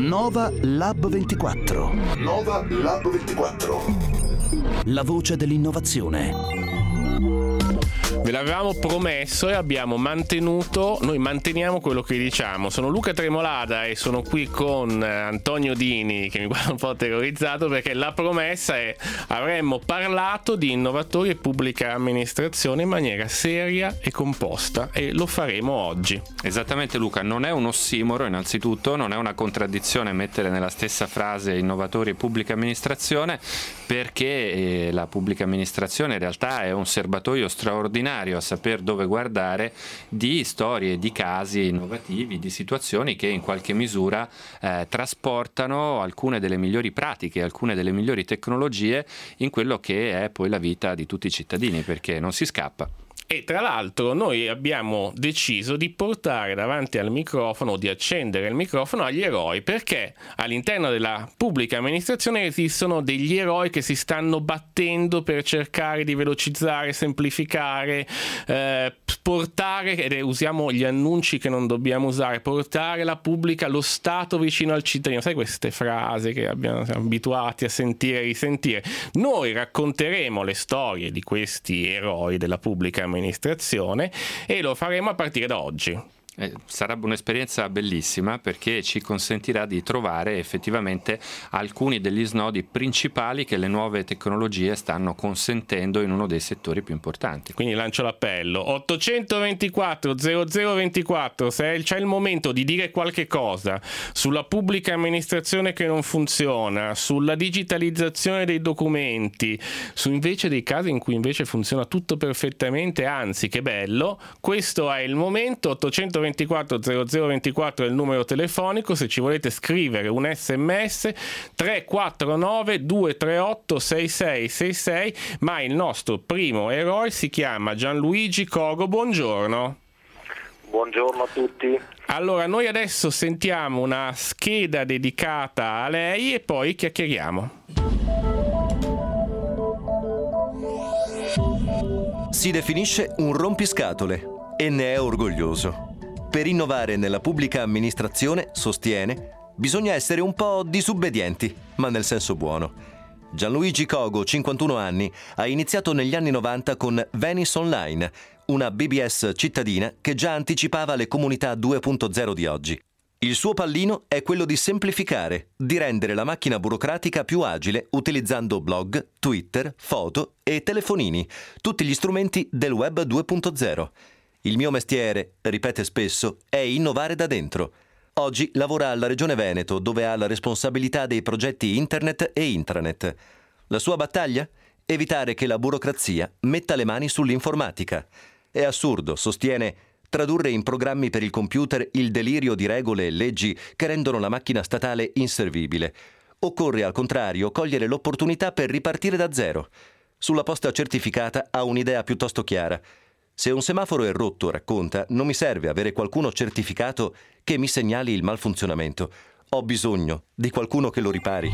Nova Lab 24. Nova Lab 24. La voce dell'innovazione. Ve l'avevamo promesso e abbiamo mantenuto, noi manteniamo quello che diciamo. Sono Luca Tremolada e sono qui con Antonio Dini, che mi guarda un po' terrorizzato perché la promessa è: avremmo parlato di innovatori e pubblica amministrazione in maniera seria e composta, e lo faremo oggi. Esattamente, Luca, non è un ossimoro innanzitutto, non è una contraddizione mettere nella stessa frase innovatori e pubblica amministrazione, perché la pubblica amministrazione in realtà è un serbatoio straordinario a saper dove guardare di storie, di casi innovativi, di situazioni che in qualche misura trasportano alcune delle migliori pratiche, alcune delle migliori tecnologie in quello che è poi la vita di tutti i cittadini, perché non si scappa. E tra l'altro noi abbiamo deciso di portare davanti al microfono, di accendere il microfono agli eroi, perché all'interno della pubblica amministrazione esistono degli eroi che si stanno battendo per cercare di velocizzare, semplificare, portare, ed usiamo gli annunci che non dobbiamo usare, portare la pubblica, lo Stato vicino al cittadino. Sai queste frasi che siamo abituati a sentire e risentire? Noi racconteremo le storie di questi eroi della pubblica amministrazione e lo faremo a partire da oggi. Sarebbe un'esperienza bellissima, perché ci consentirà di trovare effettivamente alcuni degli snodi principali che le nuove tecnologie stanno consentendo in uno dei settori più importanti. Quindi lancio l'appello 824 0024, se c'è il momento di dire qualche cosa sulla pubblica amministrazione che non funziona, sulla digitalizzazione dei documenti, su invece dei casi in cui invece funziona tutto perfettamente, anzi che bello, questo è il momento. 824 0024 è il numero telefonico. Se ci volete scrivere un sms 349 238 6666, ma il nostro primo eroe si chiama Gianluigi Cogo. Buongiorno. Buongiorno a tutti. Allora, noi adesso sentiamo una scheda dedicata a lei e poi chiacchieriamo. Si definisce un rompiscatole e ne è orgoglioso. Per innovare nella pubblica amministrazione, sostiene, bisogna essere un po' disobbedienti, ma nel senso buono. Gianluigi Cogo, 51 anni, ha iniziato negli anni 90 con Venice Online, una BBS cittadina che già anticipava le comunità 2.0 di oggi. Il suo pallino è quello di semplificare, di rendere la macchina burocratica più agile utilizzando blog, Twitter, foto e telefonini, tutti gli strumenti del web 2.0. Il mio mestiere, ripete spesso, è innovare da dentro. Oggi lavora alla Regione Veneto, dove ha la responsabilità dei progetti internet e intranet. La sua battaglia? Evitare che la burocrazia metta le mani sull'informatica. È assurdo, sostiene, tradurre in programmi per il computer il delirio di regole e leggi che rendono la macchina statale inservibile. Occorre, al contrario, cogliere l'opportunità per ripartire da zero. Sulla posta certificata ha un'idea piuttosto chiara. Se un semaforo è rotto, racconta, non mi serve avere qualcuno certificato che mi segnali il malfunzionamento. Ho bisogno di qualcuno che lo ripari.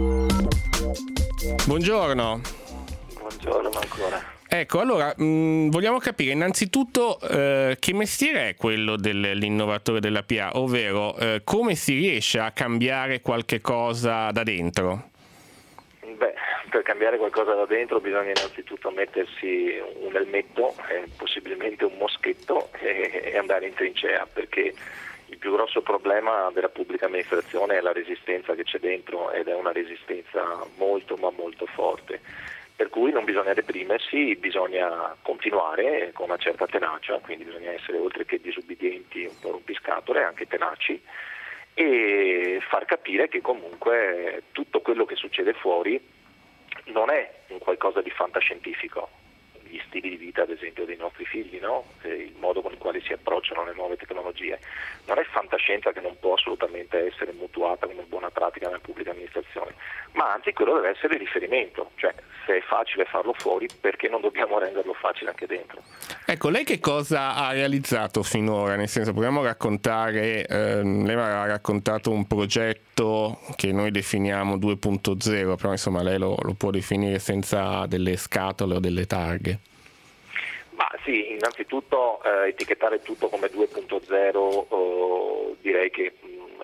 Buongiorno. Buongiorno ancora. Ecco, allora, vogliamo capire innanzitutto che mestiere è quello dell'innovatore della PA, ovvero come si riesce a cambiare qualche cosa da dentro? Beh, per cambiare qualcosa da dentro bisogna innanzitutto mettersi un elmetto, possibilmente un moschetto e andare in trincea, perché il più grosso problema della pubblica amministrazione è la resistenza che c'è dentro, ed è una resistenza molto ma molto forte. Per cui non bisogna deprimersi, bisogna continuare con una certa tenacia, quindi bisogna essere, oltre che disubbidienti, un po' rompiscatole, anche tenaci, e far capire che comunque tutto quello che succede fuori non è un qualcosa di fantascientifico. Gli stili di vita, ad esempio, dei nostri figli, no? Il modo con il quale si approcciano alle nuove tecnologie, non è fantascienza che non può assolutamente essere mutuata come buona pratica nella pubblica amministrazione, ma anzi quello deve essere il riferimento, cioè se è facile farlo fuori, perché non dobbiamo renderlo facile anche dentro? Ecco, lei che cosa ha realizzato finora? Nel senso, possiamo raccontare, lei ha raccontato un progetto che noi definiamo 2.0, però insomma lei lo può definire senza delle scatole o delle targhe. Ma sì, innanzitutto etichettare tutto come 2.0 direi che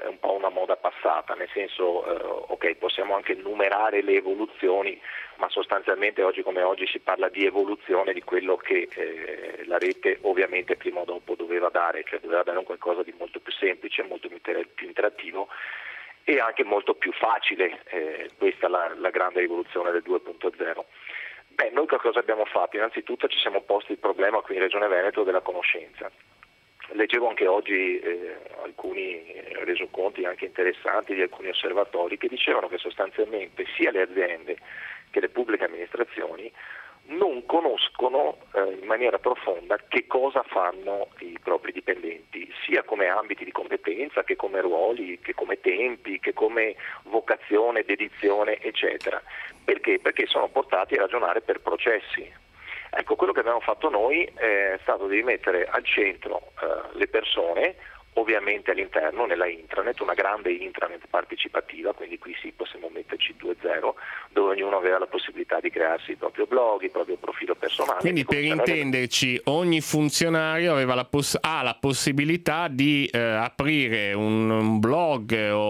è un po' una moda passata, nel senso ok, possiamo anche numerare le evoluzioni, ma sostanzialmente oggi come oggi si parla di evoluzione di quello che la rete ovviamente prima o dopo doveva dare, cioè doveva dare un qualcosa di molto più semplice, molto più interattivo e anche molto più facile. Questa è la grande rivoluzione del 2.0. Beh, noi che cosa abbiamo fatto? Innanzitutto ci siamo posti il problema qui in Regione Veneto della conoscenza. Leggevo anche oggi alcuni resoconti anche interessanti di alcuni osservatori che dicevano che sostanzialmente sia le aziende che le pubbliche amministrazioni non conoscono in maniera profonda che cosa fanno i propri dipendenti, sia come ambiti di competenza, che come ruoli, che come tempi, che come vocazione, dedizione, eccetera. Perché? Perché sono portati a ragionare per processi. Ecco, quello che abbiamo fatto noi è stato di mettere al centro le persone, ovviamente all'interno, nella intranet, una grande intranet partecipativa, quindi qui sì possiamo metterci 2.0, dove ognuno aveva la possibilità di crearsi il proprio blog, il proprio profilo personale. Quindi per intenderci, ogni funzionario aveva ha la possibilità di aprire un blog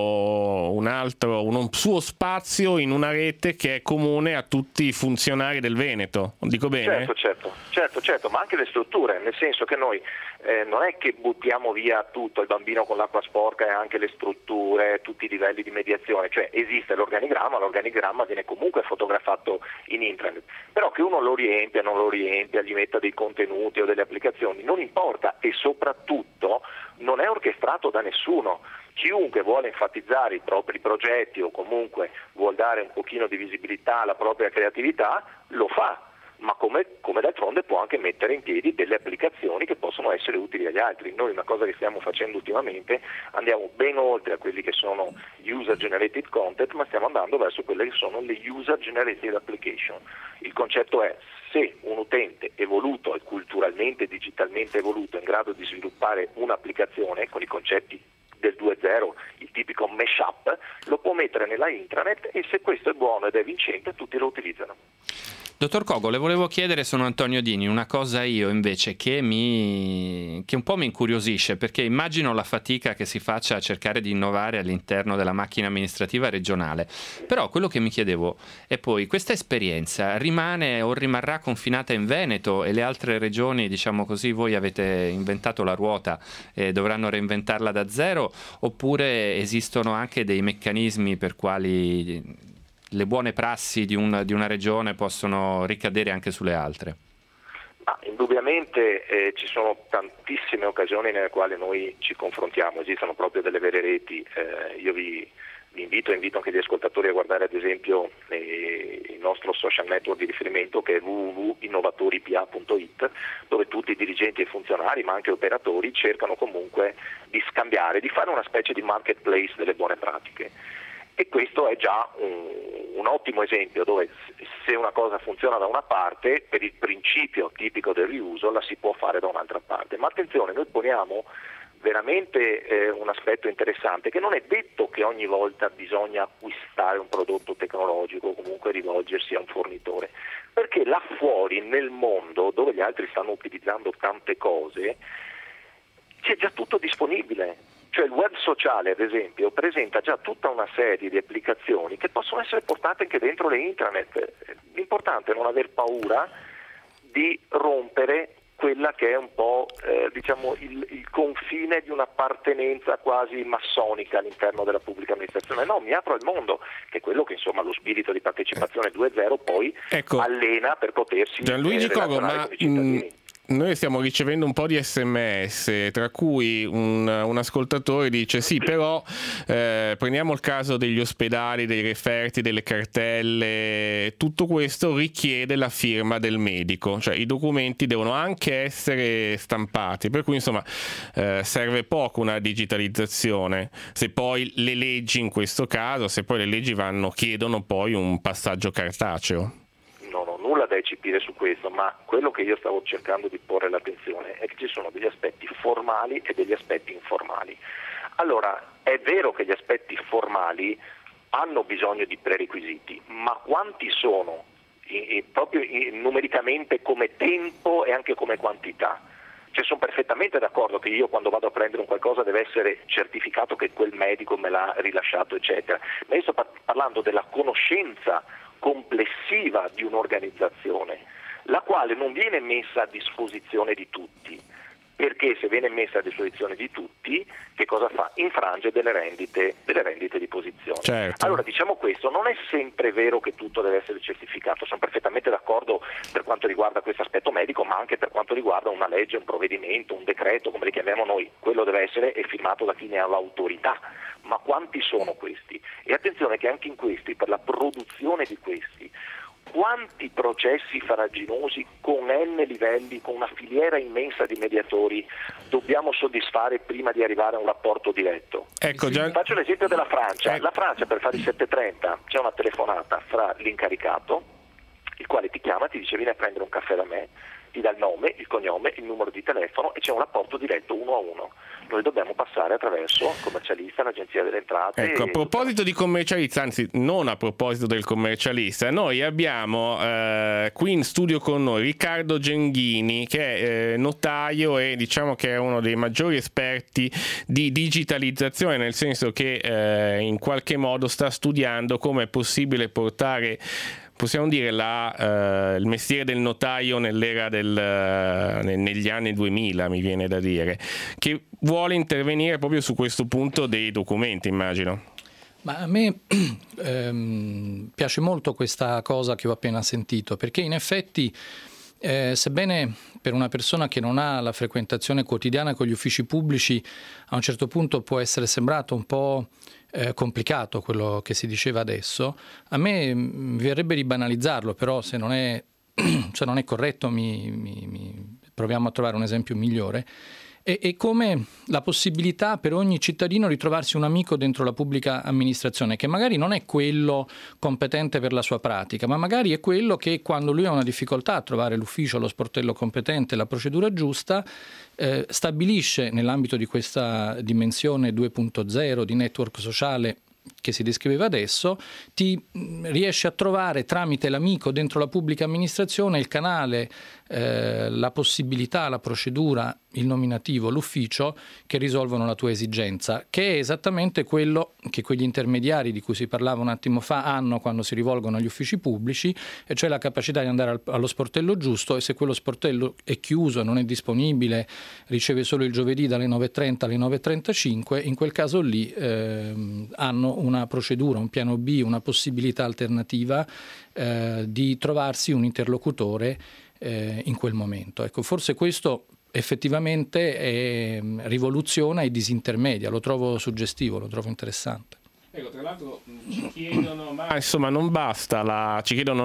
o un suo spazio in una rete che è comune a tutti i funzionari del Veneto, dico bene? Certo, ma anche le strutture, nel senso che noi non è che buttiamo via tutto, il bambino con l'acqua sporca e anche le strutture, tutti i livelli di mediazione, cioè esiste l'organigramma viene comunque fotografato in intranet, però che uno lo riempia, non lo riempia, gli metta dei contenuti o delle applicazioni, non importa, e soprattutto non è orchestrato da nessuno. Chiunque vuole enfatizzare i propri progetti o comunque vuol dare un pochino di visibilità alla propria creatività, lo fa. Ma come d'altronde può anche mettere in piedi delle applicazioni che possono essere utili agli altri. Noi una cosa che stiamo facendo ultimamente, andiamo ben oltre a quelli che sono user generated content, ma stiamo andando verso quelle che sono le user generated application. Il concetto è: se un utente evoluto e culturalmente, digitalmente evoluto, è in grado di sviluppare un'applicazione con i concetti del 2.0, il tipico mashup, lo può mettere nella intranet e se questo è buono ed è vincente tutti lo utilizzano. Dottor Cogo, le volevo chiedere, sono Antonio Dini, una cosa io invece che un po' mi incuriosisce, perché immagino la fatica che si faccia a cercare di innovare all'interno della macchina amministrativa regionale, però quello che mi chiedevo è poi, questa esperienza rimane o rimarrà confinata in Veneto e le altre regioni, diciamo così, voi avete inventato la ruota e dovranno reinventarla da zero, oppure esistono anche dei meccanismi per quali le buone prassi di una regione possono ricadere anche sulle altre? Indubbiamente ci sono tantissime occasioni nelle quali noi ci confrontiamo, esistono proprio delle vere reti. Io vi invito anche gli ascoltatori a guardare ad esempio il nostro social network di riferimento, che è www.innovatoripa.it, dove tutti i dirigenti e funzionari ma anche operatori cercano comunque di scambiare, di fare una specie di marketplace delle buone pratiche. E questo è già un ottimo esempio dove se una cosa funziona da una parte, per il principio tipico del riuso la si può fare da un'altra parte. Ma attenzione, noi poniamo veramente un aspetto interessante, che non è detto che ogni volta bisogna acquistare un prodotto tecnologico o comunque rivolgersi a un fornitore, perché là fuori nel mondo, dove gli altri stanno utilizzando tante cose, c'è già tutto disponibile. Cioè il web sociale, ad esempio, presenta già tutta una serie di applicazioni che possono essere portate anche dentro le intranet. L'importante è non aver paura di rompere quella che è un po' il confine di un'appartenenza quasi massonica all'interno della pubblica amministrazione. No, mi apro al mondo, che è quello che insomma lo spirito di partecipazione 2.0 poi allena per potersi Gianluigi Cogo, relazionare con i cittadini. Noi stiamo ricevendo un po' di SMS, tra cui un ascoltatore dice sì, però prendiamo il caso degli ospedali, dei referti, delle cartelle, tutto questo richiede la firma del medico, cioè i documenti devono anche essere stampati, per cui insomma serve poco una digitalizzazione, se poi le leggi in questo caso, se poi le leggi chiedono poi un passaggio cartaceo. Non ho nulla da eccepire su questo, ma quello che io stavo cercando di porre l'attenzione è che ci sono degli aspetti formali e degli aspetti informali. Allora, è vero che gli aspetti formali hanno bisogno di prerequisiti, ma quanti sono proprio numericamente come tempo e anche come quantità? Cioè, sono perfettamente d'accordo che io quando vado a prendere un qualcosa deve essere certificato che quel medico me l'ha rilasciato, eccetera. Ma io sto parlando della conoscenza complessiva di un'organizzazione, la quale non viene messa a disposizione di tutti. Perché se viene messa a disposizione di tutti, che cosa fa? Infrange delle rendite di posizione. Certo. Allora, diciamo questo, non è sempre vero che tutto deve essere certificato, sono perfettamente d'accordo per quanto riguarda questo aspetto medico, ma anche per quanto riguarda una legge, un provvedimento, un decreto, come li chiamiamo noi, quello deve essere firmato da chi ne ha l'autorità. Ma quanti sono questi? E attenzione che anche in questi, per la produzione di questi, quanti processi farraginosi con n livelli, con una filiera immensa di mediatori dobbiamo soddisfare prima di arrivare a un rapporto diretto? Ecco, già... Faccio l'esempio della Francia. La Francia, per fare il 730 c'è una telefonata fra l'incaricato, il quale ti chiama, ti dice vieni a prendere un caffè da me, ti dà il nome, il cognome, il numero di telefono e c'è un rapporto diretto 1 a 1. Noi dobbiamo passare attraverso il commercialista, l'agenzia delle entrate. Ecco, a proposito di commercialista, anzi non a proposito del commercialista, noi abbiamo qui in studio con noi Riccardo Genghini, che è notaio e diciamo che è uno dei maggiori esperti di digitalizzazione, nel senso che in qualche modo sta studiando come è possibile portare, possiamo dire, il mestiere del notaio nell'era negli anni 2000, mi viene da dire, che vuole intervenire proprio su questo punto dei documenti, immagino. Ma a me piace molto questa cosa che ho appena sentito, perché in effetti sebbene per una persona che non ha la frequentazione quotidiana con gli uffici pubblici a un certo punto può essere sembrato un po' complicato quello che si diceva adesso, a me verrebbe di banalizzarlo, però se non è corretto proviamo a trovare un esempio migliore. È come la possibilità per ogni cittadino di trovarsi un amico dentro la pubblica amministrazione, che magari non è quello competente per la sua pratica, ma magari è quello che quando lui ha una difficoltà a trovare l'ufficio, lo sportello competente, la procedura giusta, stabilisce nell'ambito di questa dimensione 2.0 di network sociale che si descriveva adesso, ti riesce a trovare tramite l'amico dentro la pubblica amministrazione il canale, la possibilità, la procedura, il nominativo, l'ufficio che risolvono la tua esigenza, che è esattamente quello che quegli intermediari di cui si parlava un attimo fa hanno quando si rivolgono agli uffici pubblici, e cioè la capacità di andare allo sportello giusto, e se quello sportello è chiuso, non è disponibile, riceve solo il giovedì dalle 9.30 alle 9.35, in quel caso lì hanno una procedura, un piano B, una possibilità alternativa di trovarsi un interlocutore in quel momento. Ecco, forse questo effettivamente rivoluziona e disintermedia, lo trovo suggestivo, lo trovo interessante. Ecco, tra l'altro ci chiedono, ma insomma non basta la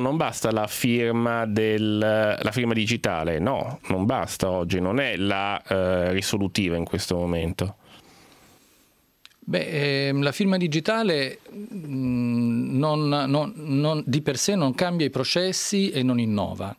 firma la firma digitale, no, non basta oggi, non è la risolutiva in questo momento. La firma digitale non, di per sé non cambia i processi e non innova.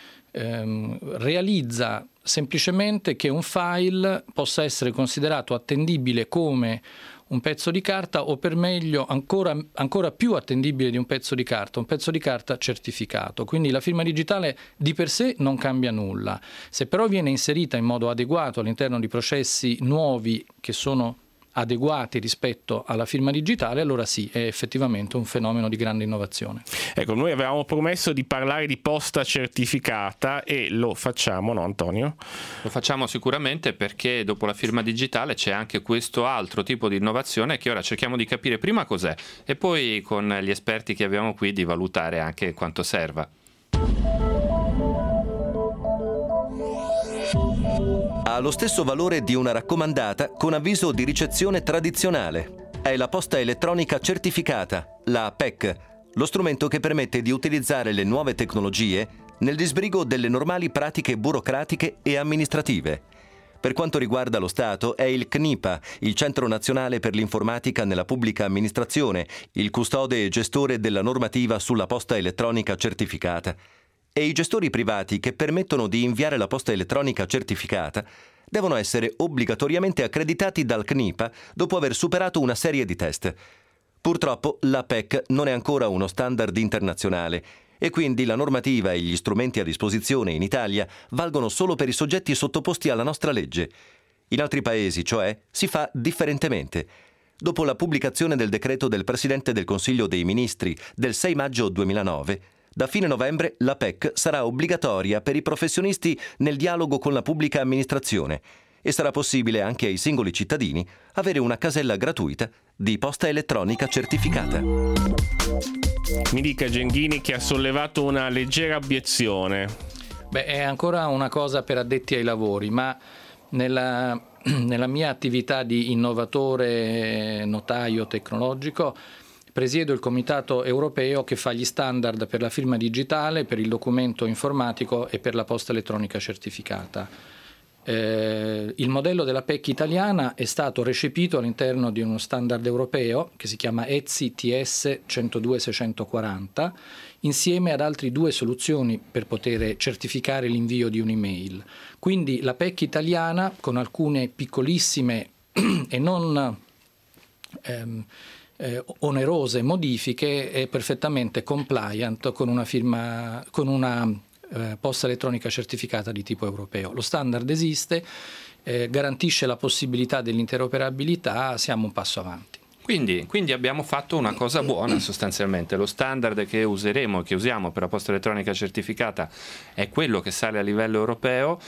Realizza semplicemente che un file possa essere considerato attendibile come un pezzo di carta, o per meglio ancora più attendibile di un pezzo di carta certificato. Quindi la firma digitale di per sé non cambia nulla. Se però viene inserita in modo adeguato all'interno di processi nuovi che sono adeguati rispetto alla firma digitale, allora sì, è effettivamente un fenomeno di grande innovazione. Ecco, noi avevamo promesso di parlare di posta certificata e lo facciamo, no Antonio? Lo facciamo sicuramente, perché dopo la firma digitale c'è anche questo altro tipo di innovazione che ora cerchiamo di capire prima cos'è e poi con gli esperti che abbiamo qui di valutare anche quanto serva. Ha lo stesso valore di una raccomandata con avviso di ricezione tradizionale. È la posta elettronica certificata, la PEC, lo strumento che permette di utilizzare le nuove tecnologie nel disbrigo delle normali pratiche burocratiche e amministrative. Per quanto riguarda lo Stato, è il CNIPA, il Centro Nazionale per l'Informatica nella Pubblica Amministrazione, il custode e gestore della normativa sulla posta elettronica certificata. E i gestori privati che permettono di inviare la posta elettronica certificata devono essere obbligatoriamente accreditati dal CNIPA dopo aver superato una serie di test. Purtroppo la PEC non è ancora uno standard internazionale, e quindi la normativa e gli strumenti a disposizione in Italia valgono solo per i soggetti sottoposti alla nostra legge. In altri paesi, cioè, si fa differentemente. Dopo la pubblicazione del decreto del Presidente del Consiglio dei Ministri del 6 maggio 2009, da fine novembre la PEC sarà obbligatoria per i professionisti nel dialogo con la pubblica amministrazione e sarà possibile anche ai singoli cittadini avere una casella gratuita di posta elettronica certificata. Mi dica Genghini che ha sollevato una leggera obiezione. È ancora una cosa per addetti ai lavori, ma nella mia attività di innovatore notaio tecnologico presiedo il Comitato europeo che fa gli standard per la firma digitale, per il documento informatico e per la posta elettronica certificata. Il modello della PEC italiana è stato recepito all'interno di uno standard europeo che si chiama ETSI TS 102-640 insieme ad altre 2 soluzioni per poter certificare l'invio di un'email. Quindi la PEC italiana, con alcune piccolissime e non onerose modifiche, è perfettamente compliant con una firma, con una posta elettronica certificata di tipo europeo. Lo standard esiste, garantisce la possibilità dell'interoperabilità, siamo un passo avanti. Quindi abbiamo fatto una cosa buona sostanzialmente. Lo standard che useremo e che usiamo per la posta elettronica certificata è quello che sale a livello europeo.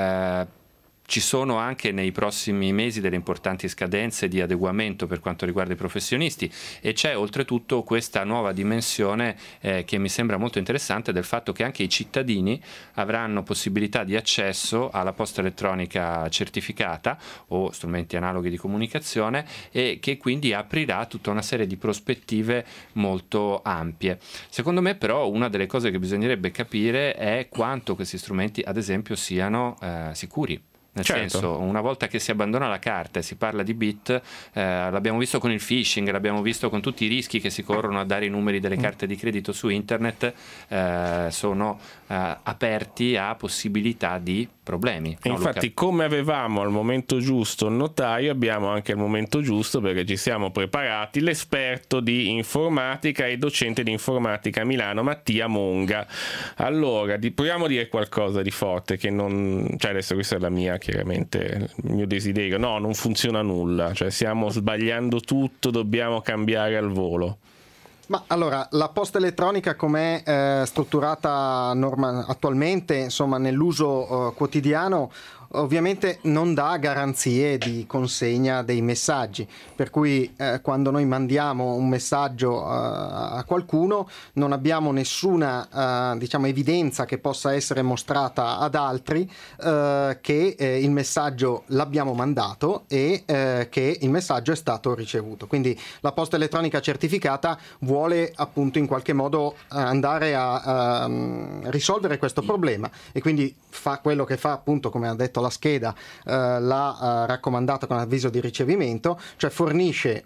Ci sono anche nei prossimi mesi delle importanti scadenze di adeguamento per quanto riguarda i professionisti e c'è oltretutto questa nuova dimensione che mi sembra molto interessante, del fatto che anche i cittadini avranno possibilità di accesso alla posta elettronica certificata o strumenti analoghi di comunicazione e che quindi aprirà tutta una serie di prospettive molto ampie. Secondo me però una delle cose che bisognerebbe capire è quanto questi strumenti ad esempio siano sicuri. Nel senso, una volta che si abbandona la carta e si parla di bit, l'abbiamo visto con il phishing, l'abbiamo visto con tutti i rischi che si corrono a dare i numeri delle carte di credito su internet, sono aperti a possibilità di problemi. E infatti, come avevamo al momento giusto il notaio, abbiamo anche al momento giusto, perché ci siamo preparati, l'esperto di informatica e docente di informatica a Milano, Mattia Monga. Allora, proviamo a dire qualcosa di forte, che non, cioè adesso questa è la mia, chiaramente il mio desiderio, no, non funziona nulla, cioè stiamo sbagliando tutto, dobbiamo cambiare al volo. Ma allora, la posta elettronica com'è strutturata attualmente, insomma, nell'uso quotidiano, ovviamente non dà garanzie di consegna dei messaggi, per cui quando noi mandiamo un messaggio a qualcuno non abbiamo nessuna evidenza che possa essere mostrata ad altri che il messaggio l'abbiamo mandato e che il messaggio è stato ricevuto. Quindi la posta elettronica certificata vuole appunto in qualche modo andare a risolvere questo problema e quindi fa quello che fa, appunto, come ha detto la scheda, la raccomandata con avviso di ricevimento, cioè fornisce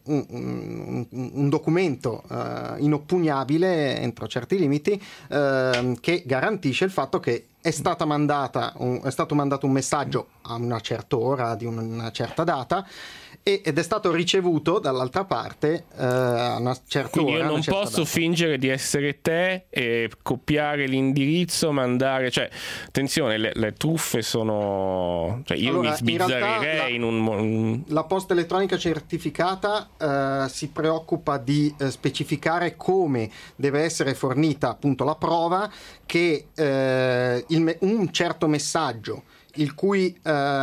un documento inoppugnabile entro certi limiti che garantisce il fatto che è stato mandato un messaggio a una certa ora, di una certa data, ed è stato ricevuto dall'altra parte a una certa quindi ora. Quindi io non posso fingere di essere te e copiare l'indirizzo, mandare, cioè attenzione, le truffe sono, cioè io allora, mi sbizzarrirei la posta elettronica certificata si preoccupa di specificare come deve essere fornita appunto la prova che un certo messaggio il cui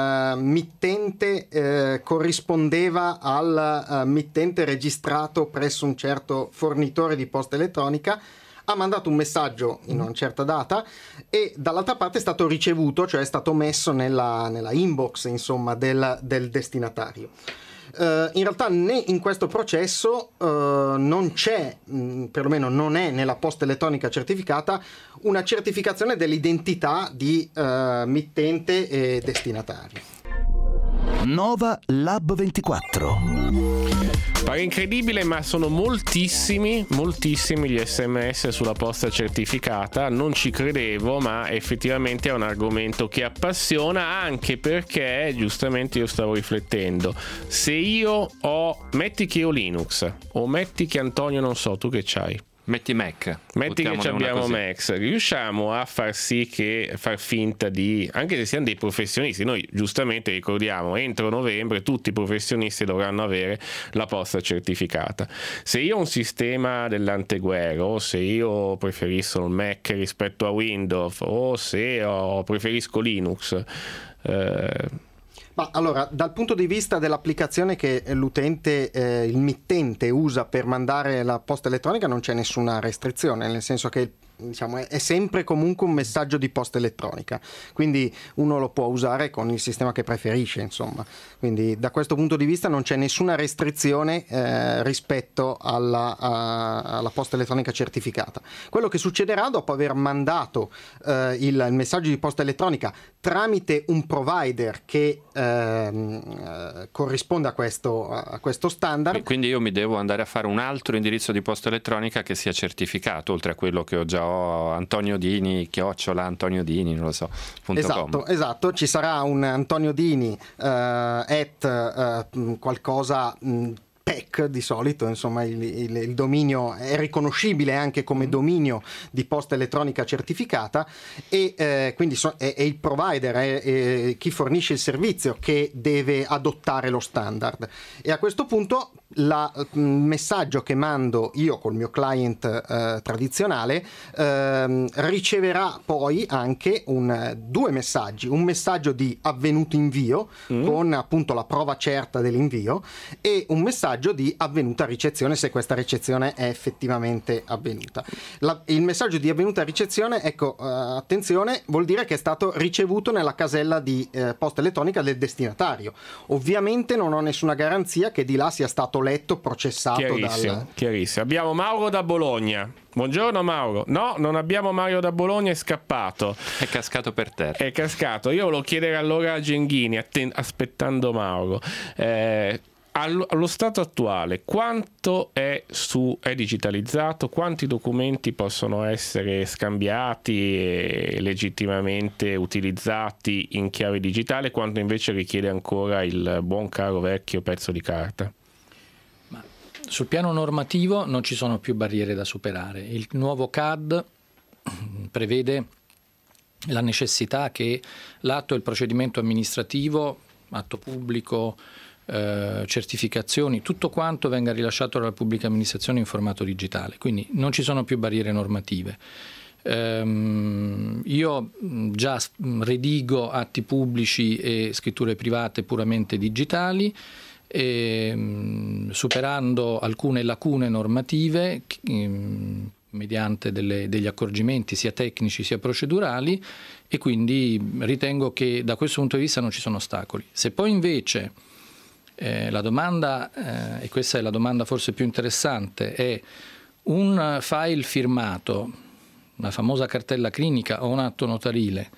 mittente corrispondeva al mittente registrato presso un certo fornitore di posta elettronica, ha mandato un messaggio in una certa data e dall'altra parte è stato ricevuto, cioè è stato messo nella inbox, insomma, del destinatario. In realtà né in questo processo non c'è, perlomeno non è nella posta elettronica certificata, una certificazione dell'identità di mittente e destinatario. Nova Lab 24. Pare incredibile, ma sono moltissimi gli SMS sulla posta certificata. Non ci credevo, ma effettivamente è un argomento che appassiona, anche perché giustamente io stavo riflettendo. Se io metti che ho Linux, o metti che Antonio, non so, tu che c'hai? Metti Mac. Metti che abbiamo Mac, riusciamo a far sì che far finta di, anche se siamo dei professionisti, noi giustamente ricordiamo entro novembre tutti i professionisti dovranno avere la posta certificata. Se io ho un sistema dell'anteguerra, o se io preferisco il Mac rispetto a Windows, o se preferisco Linux, ma allora, dal punto di vista dell'applicazione che l'utente, il mittente usa per mandare la posta elettronica, non c'è nessuna restrizione, nel senso che diciamo, è sempre comunque un messaggio di posta elettronica, quindi uno lo può usare con il sistema che preferisce, insomma. Quindi da questo punto di vista non c'è nessuna restrizione rispetto alla posta elettronica certificata. Quello che succederà dopo aver mandato il messaggio di posta elettronica tramite un provider che corrisponde a questo standard. Quindi io mi devo andare a fare un altro indirizzo di posta elettronica che sia certificato, oltre a quello che ho già Antonio Dini, @Antonio Dini, non lo so. Esatto, ci sarà un Antonio Dini qualcosa PEC di solito, insomma il dominio è riconoscibile anche come dominio di posta elettronica certificata e quindi è il provider, è chi fornisce il servizio che deve adottare lo standard, e a questo punto il messaggio che mando io col mio client tradizionale riceverà poi anche due messaggi, un messaggio di avvenuto invio con appunto la prova certa dell'invio e un messaggio di avvenuta ricezione, se questa ricezione è effettivamente avvenuta. Il messaggio di avvenuta ricezione, ecco, attenzione, vuol dire che è stato ricevuto nella casella di posta elettronica del destinatario. Ovviamente non ho nessuna garanzia che di là sia stato letto, processato. Chiarissimo. Abbiamo Mauro da Bologna. Buongiorno Mauro. No, non abbiamo Mario da Bologna, è scappato. È cascato per terra. È cascato. Io volevo chiedere allora a Genghini, aspettando Mauro. Allo stato attuale, quanto è digitalizzato? Quanti documenti possono essere scambiati e legittimamente utilizzati in chiave digitale? Quanto invece richiede ancora il buon caro vecchio pezzo di carta? Sul piano normativo non ci sono più barriere da superare. Il nuovo CAD prevede la necessità che l'atto e il procedimento amministrativo, atto pubblico, certificazioni, tutto quanto venga rilasciato dalla pubblica amministrazione in formato digitale, quindi non ci sono più barriere normative. Io già redigo atti pubblici e scritture private puramente digitali, superando alcune lacune normative mediante degli accorgimenti sia tecnici sia procedurali, e quindi ritengo che da questo punto di vista non ci sono ostacoli. Se poi invece la domanda, e questa è la domanda forse più interessante, è un file firmato, una famosa cartella clinica o un atto notarile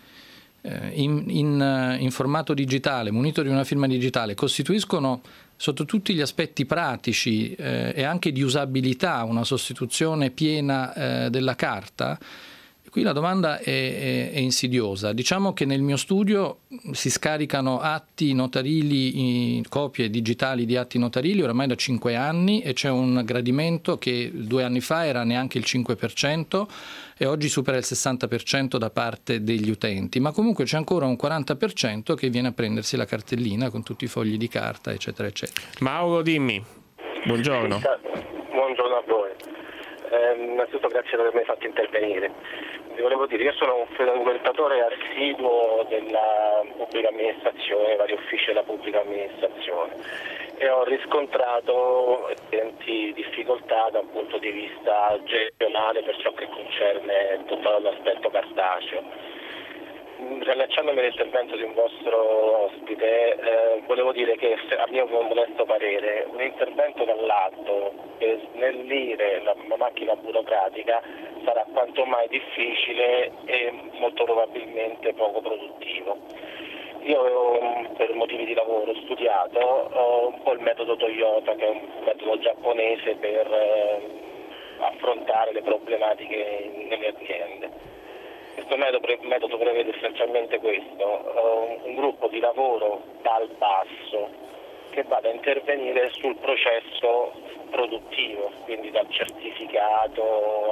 in formato digitale, munito di una firma digitale, costituiscono sotto tutti gli aspetti pratici e anche di usabilità una sostituzione piena della carta? Qui la domanda è insidiosa. Diciamo che nel mio studio si scaricano atti notarili, copie digitali di atti notarili oramai da 5 anni, e c'è un gradimento che 2 anni fa era neanche il 5% e oggi supera il 60% da parte degli utenti, ma comunque c'è ancora un 40% che viene a prendersi la cartellina con tutti i fogli di carta, eccetera, eccetera. Mauro, dimmi. Buongiorno. Buongiorno a voi. Innanzitutto grazie per avermi fatto intervenire. Vi volevo dire, io sono un frequentatore assiduo della pubblica amministrazione, vari uffici della pubblica amministrazione, e ho riscontrato evidenti difficoltà da un punto di vista gestionale per ciò che concerne tutto l'aspetto cartaceo. Riallacciandomi all'intervento di un vostro ospite, volevo dire che a mio modesto parere un intervento dall'alto per snellire la macchina burocratica sarà quanto mai difficile e molto probabilmente poco produttivo. Io per motivi di lavoro ho studiato un po' il metodo Toyota, che è un metodo giapponese per affrontare le problematiche nelle aziende. Questo metodo prevede essenzialmente questo, un gruppo di lavoro dal basso, che vada a intervenire sul processo produttivo, quindi dal certificato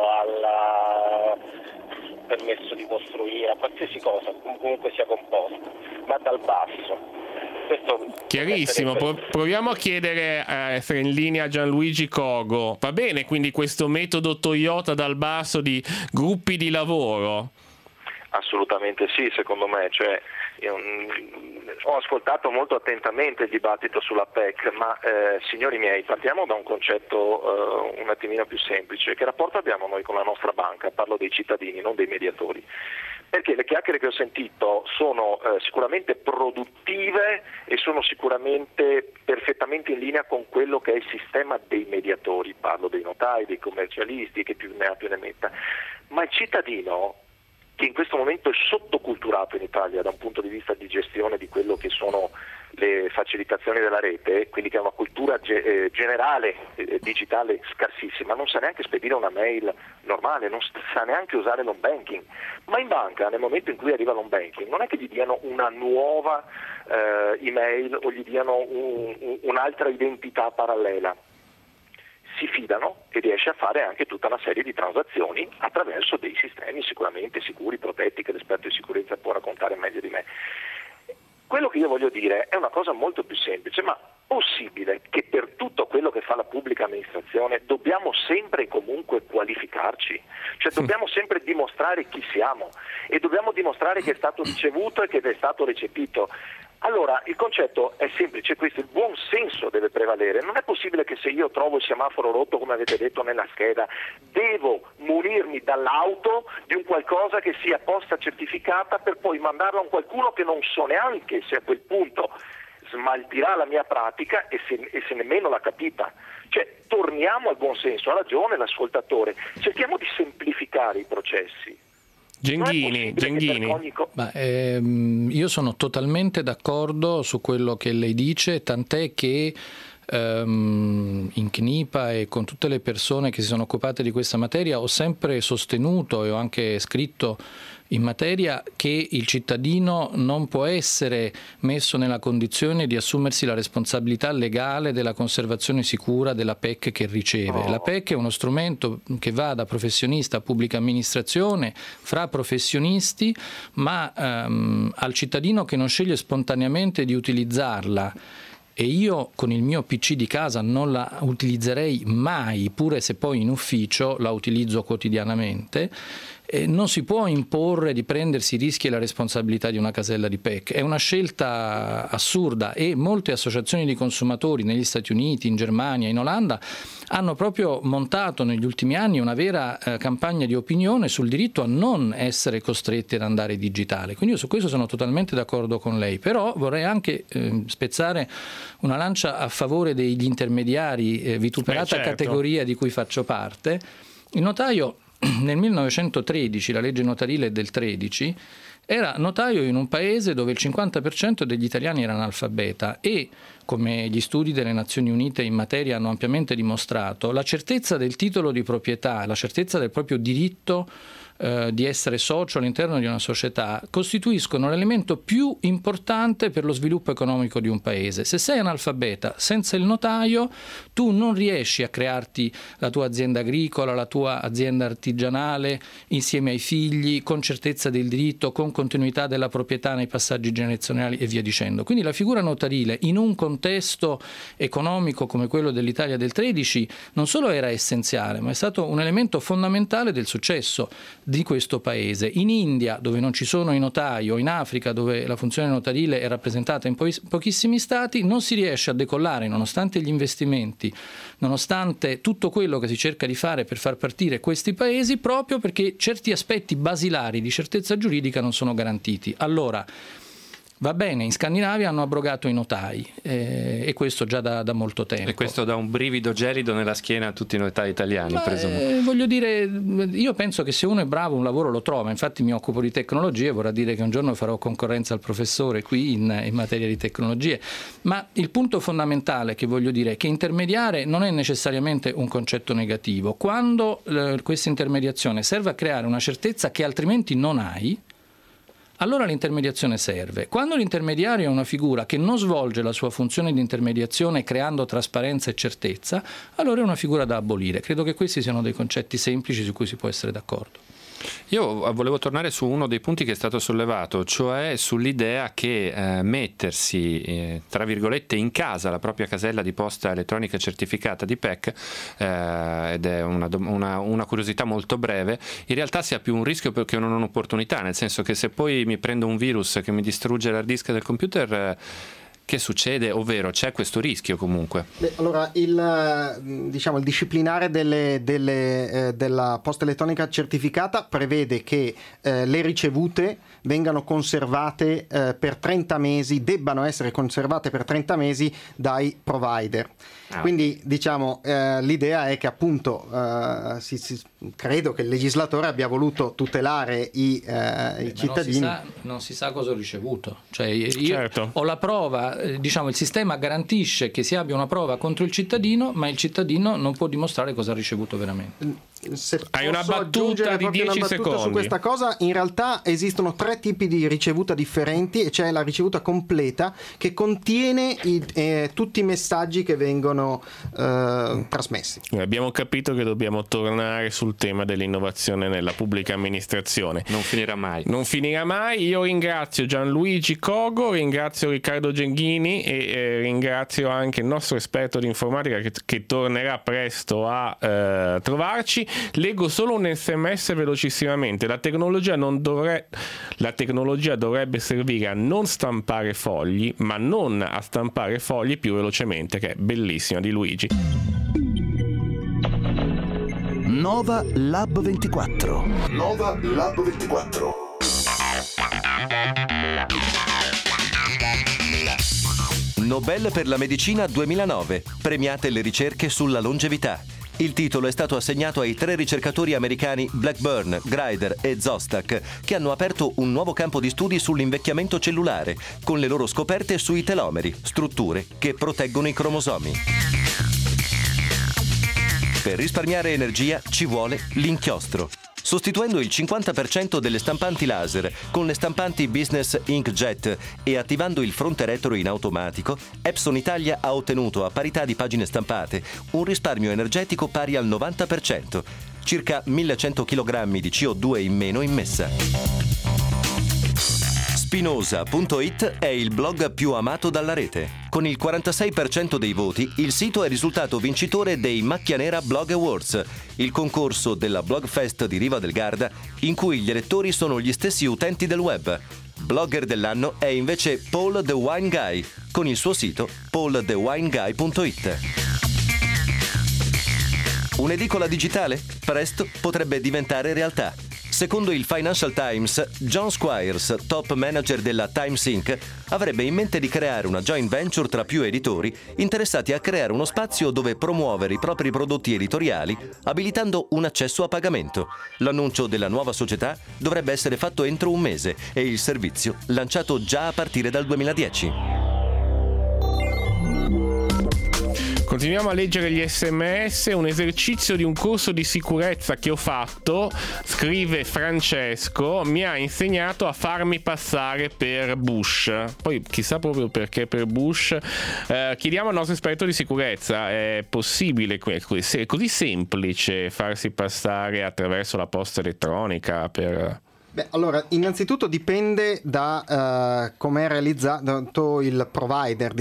al permesso di costruire, a qualsiasi cosa, comunque sia composta, ma dal basso. Questo chiarissimo, proviamo a chiedere a essere in linea Gianluigi Cogo. Va bene quindi questo metodo Toyota dal basso di gruppi di lavoro? Assolutamente sì, secondo me, cioè, ho ascoltato molto attentamente il dibattito sulla PEC, ma signori miei, partiamo da un concetto un attimino più semplice. Che rapporto abbiamo noi con la nostra banca? Parlo dei cittadini, non dei mediatori. Perché le chiacchiere che ho sentito sono sicuramente produttive e sono sicuramente perfettamente in linea con quello che è il sistema dei mediatori, parlo dei notai, dei commercialisti, che più ne ha più ne metta, ma il cittadino, che in questo momento è sottoculturato in Italia da un punto di vista di gestione di quello che sono le facilitazioni della rete, quindi che ha una cultura generale digitale scarsissima, non sa neanche spedire una mail normale, non sa neanche usare l'home banking, ma in banca nel momento in cui arriva l'home banking non è che gli diano una nuova email o gli diano un'altra identità parallela, si fidano e riesce a fare anche tutta una serie di transazioni attraverso dei sistemi sicuramente sicuri, protetti, che l'esperto di sicurezza può raccontare meglio di me. Quello che io voglio dire è una cosa molto più semplice, ma possibile che per tutto quello che fa la pubblica amministrazione dobbiamo sempre e comunque qualificarci? Cioè dobbiamo sempre dimostrare chi siamo e dobbiamo dimostrare che è stato ricevuto e che è stato recepito. Allora il concetto è semplice, questo: il buon senso deve prevalere. Non è possibile che se io trovo il semaforo rotto, come avete detto nella scheda, devo munirmi dall'auto di un qualcosa che sia posta certificata per poi mandarlo a un qualcuno che non so neanche se a quel punto smaltirà la mia pratica e se nemmeno l'ha capita. Cioè torniamo al buon senso, ha ragione l'ascoltatore, cerchiamo di semplificare i processi. Genghini. Io sono totalmente d'accordo su quello che lei dice, tant'è che in CNIPA e con tutte le persone che si sono occupate di questa materia ho sempre sostenuto e ho anche scritto in materia che il cittadino non può essere messo nella condizione di assumersi la responsabilità legale della conservazione sicura della PEC che riceve. La PEC è uno strumento che va da professionista a pubblica amministrazione, fra professionisti, ma al cittadino che non sceglie spontaneamente di utilizzarla, e io con il mio PC di casa non la utilizzerei mai, pure se poi in ufficio la utilizzo quotidianamente, non si può imporre di prendersi i rischi e la responsabilità di una casella di PEC. È una scelta assurda e molte associazioni di consumatori negli Stati Uniti, in Germania, in Olanda hanno proprio montato negli ultimi anni una vera campagna di opinione sul diritto a non essere costretti ad andare digitale. Quindi io su questo sono totalmente d'accordo con lei, però vorrei anche spezzare una lancia a favore degli intermediari, vituperata certo. categoria di cui faccio parte. Il notaio nel 1913, la legge notarile del 13, era notaio in un paese dove il 50% degli italiani era analfabeta e, come gli studi delle Nazioni Unite in materia hanno ampiamente dimostrato, la certezza del titolo di proprietà, la certezza del proprio diritto di essere socio all'interno di una società costituiscono l'elemento più importante per lo sviluppo economico di un paese. Se sei analfabeta, senza il notaio tu non riesci a crearti la tua azienda agricola, la tua azienda artigianale insieme ai figli, con certezza del diritto, con continuità della proprietà nei passaggi generazionali e via dicendo. Quindi la figura notarile in un contesto economico come quello dell'Italia del 13 non solo era essenziale, ma è stato un elemento fondamentale del successo di questo paese. In India, dove non ci sono i notai, o in Africa, dove la funzione notarile è rappresentata in pochissimi stati, non si riesce a decollare nonostante gli investimenti, nonostante tutto quello che si cerca di fare per far partire questi paesi, proprio perché certi aspetti basilari di certezza giuridica non sono garantiti. Allora, va bene, in Scandinavia hanno abrogato i notai e questo già da molto tempo. E questo dà un brivido gelido nella schiena a tutti i notai italiani, presumo. Voglio dire, io penso che se uno è bravo un lavoro lo trova, infatti mi occupo di tecnologie, vorrà dire che un giorno farò concorrenza al professore qui in materia di tecnologie, ma il punto fondamentale che voglio dire è che intermediare non è necessariamente un concetto negativo. Quando questa intermediazione serve a creare una certezza che altrimenti non hai, allora l'intermediazione serve. Quando l'intermediario è una figura che non svolge la sua funzione di intermediazione creando trasparenza e certezza, allora è una figura da abolire. Credo che questi siano dei concetti semplici su cui si può essere d'accordo. Io volevo tornare su uno dei punti che è stato sollevato, cioè sull'idea che mettersi, tra virgolette, in casa la propria casella di posta elettronica certificata di PEC, ed è una curiosità molto breve, in realtà sia più un rischio che un'opportunità, nel senso che se poi mi prendo un virus che mi distrugge l'hard disk del computer, che succede? Ovvero c'è questo rischio comunque? Allora il disciplinare della posta elettronica certificata prevede che le ricevute vengano conservate per 30 mesi, debbano essere conservate per 30 mesi dai provider. Quindi l'idea è che appunto credo che il legislatore abbia voluto tutelare i cittadini. Non si sa cosa ho ricevuto, cioè io certo. ho la prova, il sistema garantisce che si abbia una prova contro il cittadino, ma il cittadino non può dimostrare cosa ha ricevuto veramente. Se hai una battuta di 10 secondi su questa cosa, in realtà esistono 3 tipi di ricevuta differenti, e c'è la ricevuta completa che contiene tutti i messaggi che vengono trasmessi. Abbiamo capito che dobbiamo tornare sul tema dell'innovazione nella pubblica amministrazione. Non finirà mai. Io ringrazio Gianluigi Cogo, ringrazio Riccardo Genghini e ringrazio anche il nostro esperto di informatica che tornerà presto a trovarci. Leggo solo un SMS velocissimamente. La tecnologia dovrebbe servire a non stampare fogli, ma non a stampare fogli più velocemente, che è bellissima, di Luigi. Nova Lab 24. Nova Lab 24. Nobel per la medicina 2009. Premiate le ricerche sulla longevità. Il titolo è stato assegnato ai 3 ricercatori americani Blackburn, Grider e Zostak, che hanno aperto un nuovo campo di studi sull'invecchiamento cellulare, con le loro scoperte sui telomeri, strutture che proteggono i cromosomi. Per risparmiare energia ci vuole l'inchiostro. Sostituendo il 50% delle stampanti laser con le stampanti Business Inkjet e attivando il fronte retro in automatico, Epson Italia ha ottenuto, a parità di pagine stampate, un risparmio energetico pari al 90%, circa 1100 kg di CO2 in meno immessa. Spinosa.it è il blog più amato dalla rete. Con il 46% dei voti, il sito è risultato vincitore dei Macchia Nera Blog Awards, il concorso della Blogfest di Riva del Garda, in cui gli elettori sono gli stessi utenti del web. Blogger dell'anno è invece Paul the Wine Guy, con il suo sito paulthewineguy.it. Un'edicola digitale? Presto potrebbe diventare realtà. Secondo il Financial Times, John Squires, top manager della Times Inc., avrebbe in mente di creare una joint venture tra più editori interessati a creare uno spazio dove promuovere i propri prodotti editoriali, abilitando un accesso a pagamento. L'annuncio della nuova società dovrebbe essere fatto entro un mese e il servizio lanciato già a partire dal 2010. Continuiamo a leggere gli SMS. Un esercizio di un corso di sicurezza che ho fatto, scrive Francesco, mi ha insegnato a farmi passare per Bush. Poi chissà proprio perché per Bush. Chiediamo al nostro esperto di sicurezza: è possibile, è così semplice farsi passare attraverso la posta elettronica per... Allora, innanzitutto dipende da come è realizzato il provider,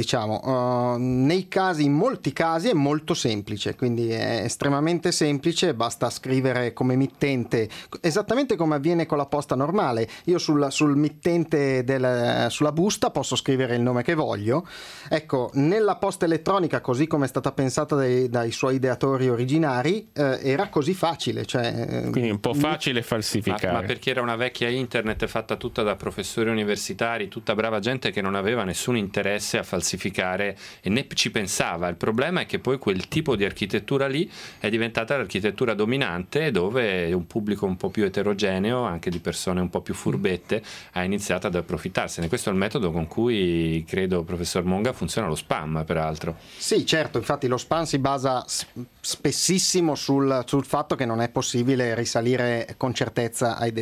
in molti casi è molto semplice, quindi è estremamente semplice, basta scrivere come mittente, esattamente come avviene con la posta normale. Io sul mittente sulla busta posso scrivere il nome che voglio. Ecco, nella posta elettronica, così come è stata pensata dai suoi ideatori originari, era così facile. Quindi un po' facile falsificare. Ma perché era una vecchia internet fatta tutta da professori universitari, tutta brava gente che non aveva nessun interesse a falsificare e né ci pensava. Il problema è che poi quel tipo di architettura lì è diventata l'architettura dominante, dove un pubblico un po' più eterogeneo, anche di persone un po' più furbette, ha iniziato ad approfittarsene. Questo è il metodo con cui, credo, professor Monga, funziona lo spam, peraltro. Sì, certo, infatti lo spam si basa spessissimo sul fatto che non è possibile risalire con certezza ai destinatari.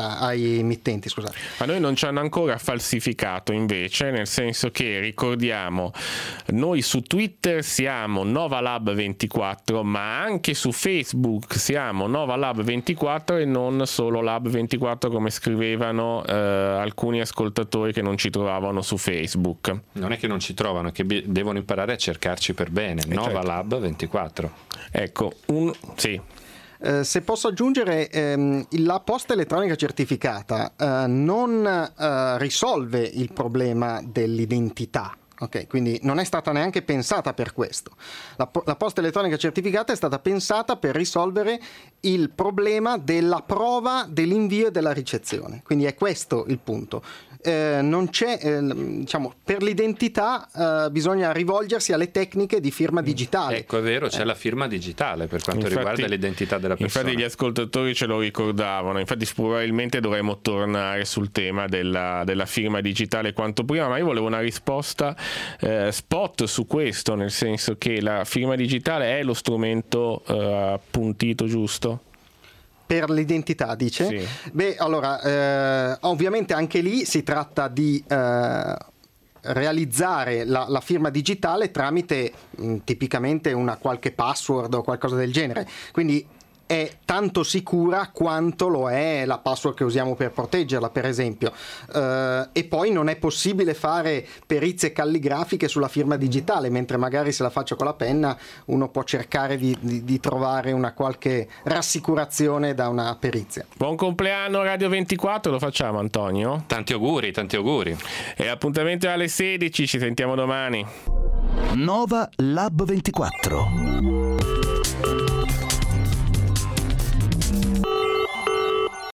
certificata ai mittenti, scusate. Ma noi non ci hanno ancora falsificato invece, nel senso che, ricordiamo, noi su Twitter siamo NovaLab24, ma anche su Facebook siamo NovaLab24 e non solo Lab24 come scrivevano alcuni ascoltatori che non ci trovavano su Facebook. Non è che non ci trovano, è che devono imparare a cercarci per bene. NovaLab24. Ecco, sì. Se posso aggiungere, la posta elettronica certificata non risolve il problema dell'identità. Ok, quindi non è stata neanche pensata per questo. La posta elettronica certificata è stata pensata per risolvere il problema della prova dell'invio e della ricezione. Quindi è questo il punto. Non c'è, diciamo, per l'identità bisogna rivolgersi alle tecniche di firma digitale. Ecco, è vero, c'è la firma digitale per quanto riguarda l'identità della persona. Infatti gli ascoltatori ce lo ricordavano, infatti probabilmente dovremmo tornare sul tema della firma digitale quanto prima, ma io volevo una risposta spot su questo, nel senso che la firma digitale è lo strumento appuntito giusto? Per l'identità, dice? Sì. Beh, allora, ovviamente anche lì si tratta di realizzare la firma digitale tramite tipicamente una qualche password o qualcosa del genere. Quindi è tanto sicura quanto lo è la password che usiamo per proteggerla, per esempio. E poi non è possibile fare perizie calligrafiche sulla firma digitale, mentre magari se la faccio con la penna uno può cercare di trovare una qualche rassicurazione da una perizia. Buon compleanno Radio 24, lo facciamo Antonio? Tanti auguri, tanti auguri. E appuntamento alle 16, ci sentiamo domani. Nova Lab 24.